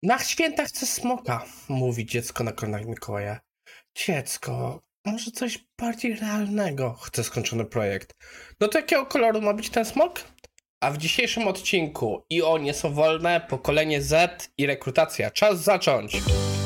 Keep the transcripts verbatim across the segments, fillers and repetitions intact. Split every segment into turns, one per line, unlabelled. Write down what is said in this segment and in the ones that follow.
Na święta chcę smoka, mówi dziecko na koronach Mikołaja. Dziecko, może coś bardziej realnego. Chcę skończony projekt. No to jakiego koloru ma być ten smok? A w dzisiejszym odcinku I O nie są wolne, pokolenie Z i rekrutacja. Czas zacząć!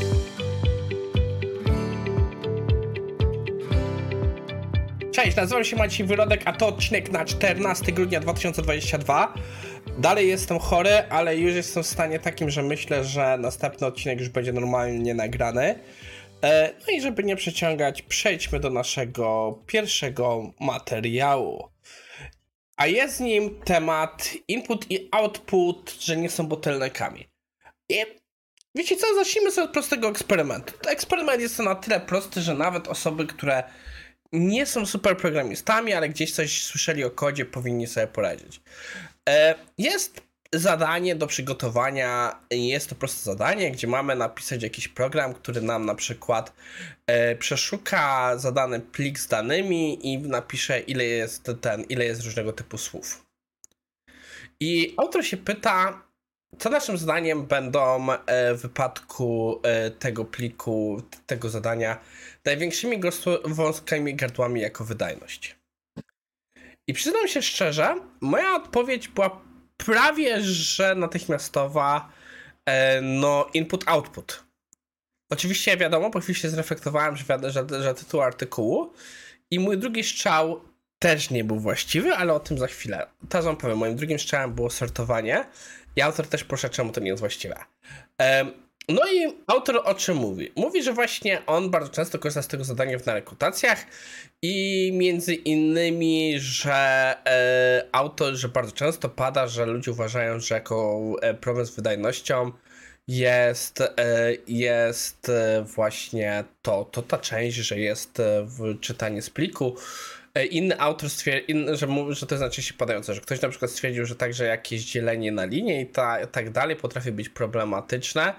Cześć, nazywam się Maciej Wyrodek, a to odcinek na czternastego grudnia dwa tysiące dwudziestego drugiego. Dalej jestem chory, ale już jestem w stanie takim, że myślę, że następny odcinek już będzie normalnie nagrany. No i żeby nie przeciągać, przejdźmy do naszego pierwszego materiału. A jest nim temat input i output, że nie są bottleneckami. I wiecie co, zacznijmy sobie od prostego eksperymentu. Ten eksperyment jest to na tyle prosty, że nawet osoby, które nie są super programistami, ale gdzieś coś słyszeli o kodzie, powinni sobie poradzić. Jest zadanie do przygotowania, jest to proste zadanie, gdzie mamy napisać jakiś program, który nam na przykład przeszuka zadany plik z danymi i napisze, ile jest ten, ile jest różnego typu słów. I autor się pyta, co naszym zdaniem będą w wypadku tego pliku, tego zadania największymi wąskimi gardłami jako wydajność. I przyznam się szczerze, moja odpowiedź była prawie że natychmiastowa, no input-output. Oczywiście wiadomo, po chwili się zreflektowałem, że, że, że tytuł artykułu i mój drugi strzał też nie był właściwy, ale o tym za chwilę. Teraz wam powiem, moim drugim strzałem było sortowanie i autor też proszę, czemu to nie jest właściwe. No i autor o czym mówi? Mówi, że właśnie on bardzo często korzysta z tego zadania na rekrutacjach i między innymi, że e, autor, że bardzo często pada, że ludzie uważają, że jako problem z wydajnością jest, e, jest właśnie to, to ta część, że jest w czytanie z pliku. Inny autor stwierdził, że, że to znaczy się padające, że ktoś na przykład stwierdził, że także jakieś dzielenie na linię i ta, tak dalej potrafi być problematyczne,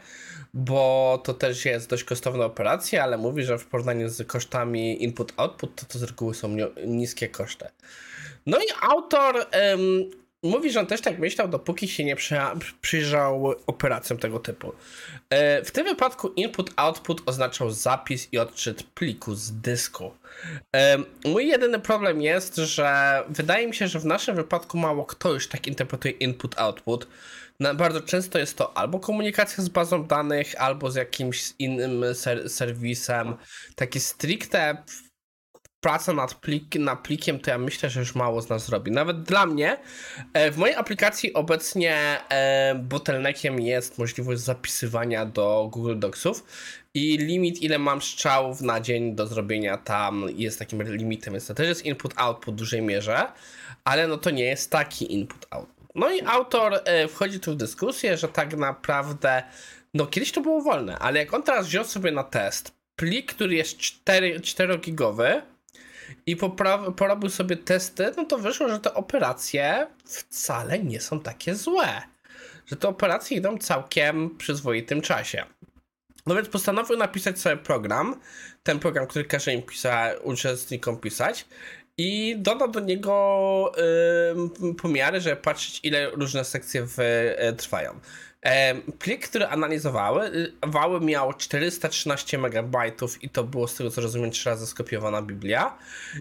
bo to też jest dość kosztowna operacja, ale mówi, że w porównaniu z kosztami input-output to, to z reguły są niskie koszty. No i autor ym, mówi, że on też tak myślał, dopóki się nie przy, przyjrzał operacjom tego typu. Yy, w tym wypadku input-output oznaczał zapis i odczyt pliku z dysku. Yy, mój jedyny problem jest, że wydaje mi się, że w naszym wypadku mało kto już tak interpretuje input-output. No, bardzo często jest to albo komunikacja z bazą danych, albo z jakimś innym ser- serwisem. Takie stricte praca nad, plik, nad plikiem, to ja myślę, że już mało z nas robi. Nawet dla mnie, w mojej aplikacji obecnie bottleneckiem jest możliwość zapisywania do Google Docsów i limit, ile mam strzałów na dzień do zrobienia tam jest takim limitem, więc to też jest input-output w dużej mierze, ale no to nie jest taki input-output. No i autor wchodzi tu w dyskusję, że tak naprawdę, no kiedyś to było wolne, ale jak on teraz wziął sobie na test plik, który jest cztery gigowy, i popra- porobił sobie testy, no to wyszło, że te operacje wcale nie są takie złe. Że te operacje idą całkiem przyzwoitym czasie. No więc postanowił napisać sobie program, ten program, który każe im pisa- uczestnikom pisać i dodał do niego yy, pomiary, żeby patrzeć, ile różne sekcje w, yy, trwają. Plik, który analizowały, wały miał czterysta trzynaście megabajtów i to było, z tego co rozumiem, trzy razy skopiowana Biblia.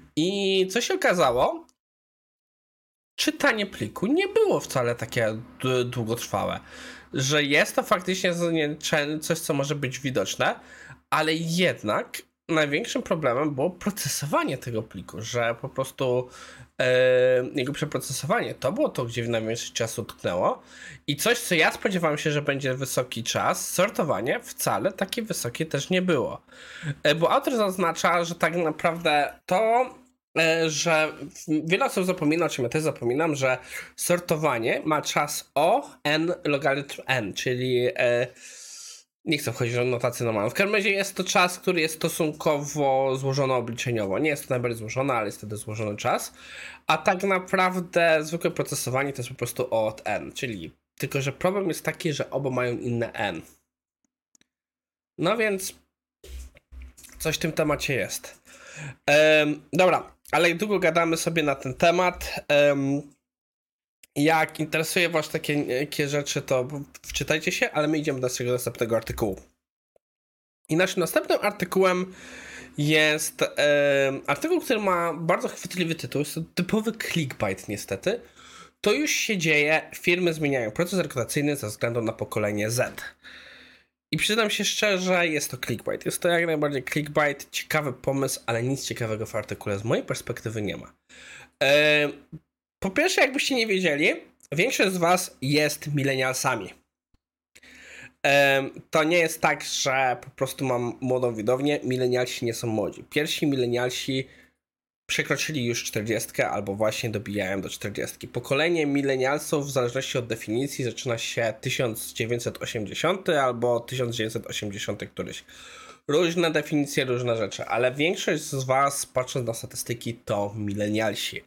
I co się okazało? Czytanie pliku nie było wcale takie d- długotrwałe. Że jest to faktycznie coś, co może być widoczne, ale jednak największym problemem było procesowanie tego pliku, że po prostu yy, jego przeprocesowanie to było to, gdzie najwięcej czasu tknęło i coś, co ja spodziewałem się, że będzie wysoki czas, sortowanie wcale takie wysokie też nie było. Yy, bo autor zaznacza, że tak naprawdę to, yy, że wiele osób zapomina, o czym ja też zapominam, że sortowanie ma czas O, N, logarytm N, czyli yy, nie chcę wchodzić w notację normalną. W każdym razie jest to czas, który jest stosunkowo złożony obliczeniowo. Nie jest to najbardziej złożone, ale jest wtedy złożony czas. A tak naprawdę zwykłe procesowanie to jest po prostu O od N, czyli tylko, że problem jest taki, że oba mają inne N. No więc coś w tym temacie jest. Um, dobra, ale długo gadamy sobie na ten temat. Um, Jak interesuje was takie, takie rzeczy, to wczytajcie się, ale my idziemy do naszego następnego artykułu. I naszym następnym artykułem jest e, artykuł, który ma bardzo chwytliwy tytuł. Jest to typowy clickbait niestety. To już się dzieje, firmy zmieniają proces rekrutacyjny ze względu na pokolenie Z. I przyznam się szczerze, jest to clickbait. Jest to jak najbardziej clickbait, ciekawy pomysł, ale nic ciekawego w artykule z mojej perspektywy nie ma. E, po pierwsze, jakbyście nie wiedzieli, większość z was jest milenialsami. To nie jest tak, że po prostu mam młodą widownię. Milenialsi nie są młodzi. Pierwsi milenialsi przekroczyli już czterdziestkę albo właśnie dobijają do czterdziestki. Pokolenie milenialsów w zależności od definicji zaczyna się tysiąc dziewięćset osiemdziesiąty albo tysiąc dziewięćset osiemdziesiąty któryś. Różne definicje, różne rzeczy, ale większość z was, patrząc na statystyki, to milenialsi.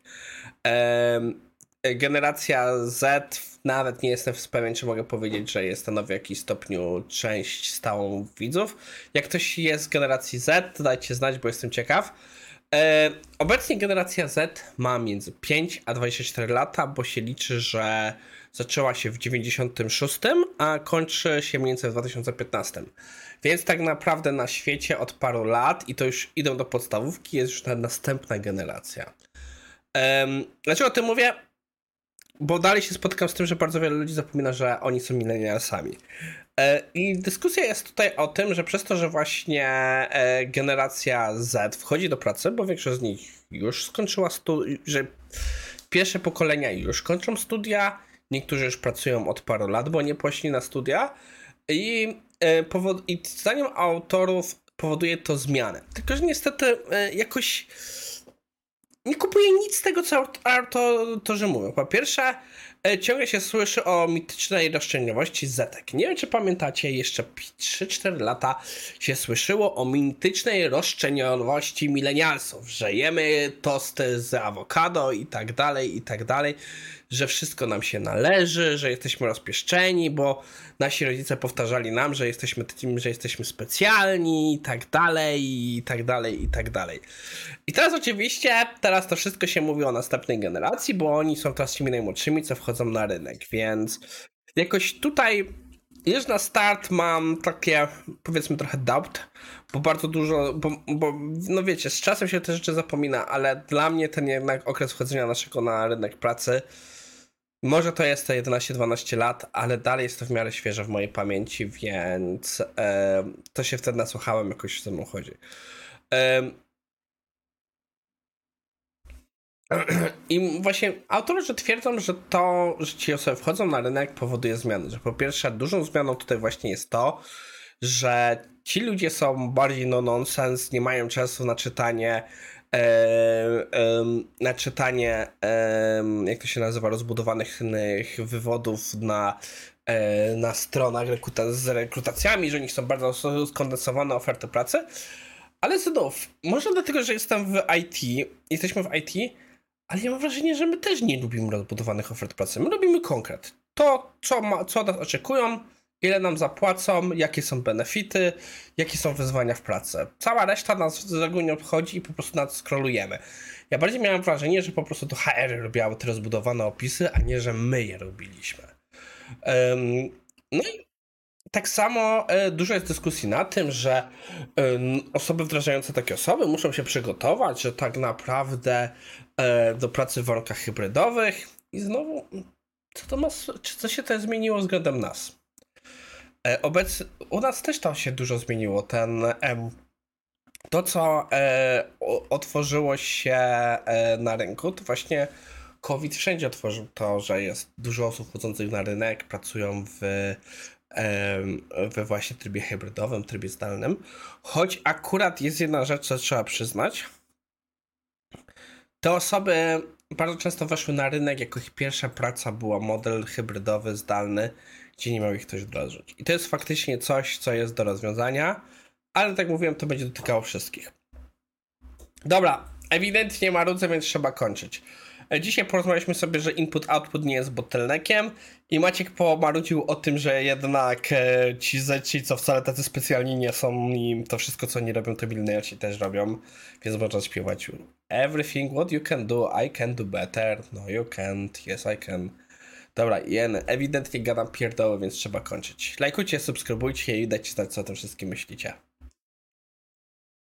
Generacja Z, nawet nie jestem pewien, czy mogę powiedzieć, że jest to w jakimś stopniu część stałą widzów. Jak ktoś jest z generacji Z, to dajcie znać, bo jestem ciekaw. E, obecnie generacja Z ma między pięć a dwadzieścia cztery lata, bo się liczy, że zaczęła się w dziewięćdziesiątym szóstym, a kończy się mniej więcej w dwa tysiące piętnastym. Więc tak naprawdę na świecie od paru lat, i to już idą do podstawówki, jest już ta następna generacja. E, dlaczego o tym mówię? Bo dalej się spotykam z tym, że bardzo wiele ludzi zapomina, że oni są milenialsami. I dyskusja jest tutaj o tym, że przez to, że właśnie generacja Z wchodzi do pracy, bo większość z nich już skończyła studia, że pierwsze pokolenia już kończą studia, niektórzy już pracują od paru lat, bo nie poszli na studia i, powod- i zdaniem autorów powoduje to zmianę. Tylko, że niestety jakoś nie kupuję nic z tego, co autorzy mówią. Po pierwsze, ciągle się słyszy o mitycznej roszczeniowości Zetek. Nie wiem, czy pamiętacie, jeszcze trzy cztery lata się słyszyło o mitycznej roszczeniowości milenialsów, że jemy tosty z awokado i tak dalej, i tak dalej, że wszystko nam się należy, że jesteśmy rozpieszczeni, bo nasi rodzice powtarzali nam, że jesteśmy tym, że jesteśmy specjalni i tak dalej, i tak dalej, i tak dalej. I teraz oczywiście, teraz to wszystko się mówi o następnej generacji, bo oni są teraz tymi najmłodszymi, co wchodzą na rynek, więc jakoś tutaj już na start mam takie, powiedzmy, trochę doubt, bo bardzo dużo, bo, bo no wiecie, z czasem się te rzeczy zapomina, ale dla mnie ten jednak okres wchodzenia naszego na rynek pracy, może to jest to jedenaście dwanaście lat, ale dalej jest to w miarę świeże w mojej pamięci, więc e, to się wtedy nasłuchałem, jakoś ze mną chodzi. E, I właśnie autorzy twierdzą, że to, że ci osoby wchodzą na rynek, powoduje zmiany. Że po pierwsze, dużą zmianą tutaj właśnie jest to, że ci ludzie są bardziej no nonsense, nie mają czasu na czytanie e, e, na czytanie e, jak to się nazywa, rozbudowanych wywodów na, e, na stronach rekruta- z rekrutacjami, że oni są bardzo skondensowane oferty pracy. Ale znów, może dlatego, że jestem w I T, jesteśmy w I T, ale ja mam wrażenie, że my też nie lubimy rozbudowanych ofert pracy. My lubimy konkret. To, co, ma, co nas oczekują, ile nam zapłacą, jakie są benefity, jakie są wyzwania w pracy. Cała reszta nas z reguły nie obchodzi i po prostu nad scrollujemy. Ja bardziej miałem wrażenie, że po prostu to H R robiało te rozbudowane opisy, a nie, że my je robiliśmy. Um, no i tak samo e, dużo jest dyskusji na tym, że e, osoby wdrażające takie osoby muszą się przygotować, że tak naprawdę e, do pracy w warunkach hybrydowych i znowu, co to ma, czy co się to zmieniło względem nas? E, obec, u nas też tam się dużo zmieniło. Ten, e, to, co e, o, otworzyło się e, na rynku, to właśnie COVID wszędzie otworzył to, że jest dużo osób wchodzących na rynek, pracują w we właśnie trybie hybrydowym, trybie zdalnym. Choć akurat jest jedna rzecz, co trzeba przyznać. Te osoby bardzo często weszły na rynek, jako ich pierwsza praca była model hybrydowy, zdalny, gdzie nie miał ich ktoś wdrożyć. I to jest faktycznie coś, co jest do rozwiązania, ale tak jak mówiłem, to będzie dotykało wszystkich. Dobra, ewidentnie marudzę, więc trzeba kończyć. Dzisiaj porozmawialiśmy sobie, że input-output nie jest bottleneckiem i Maciek pomarudził o tym, że jednak e, ci zeci, co wcale tacy specjalni nie są i to wszystko, co oni robią, to milionerzy też robią, więc można śpiewać Everything what you can do, I can do better, no you can't, yes I can. Dobra, jen, ewidentnie gadam pierdoło, więc trzeba kończyć. Lajkujcie, subskrybujcie i dajcie znać, co o tym wszystkim myślicie.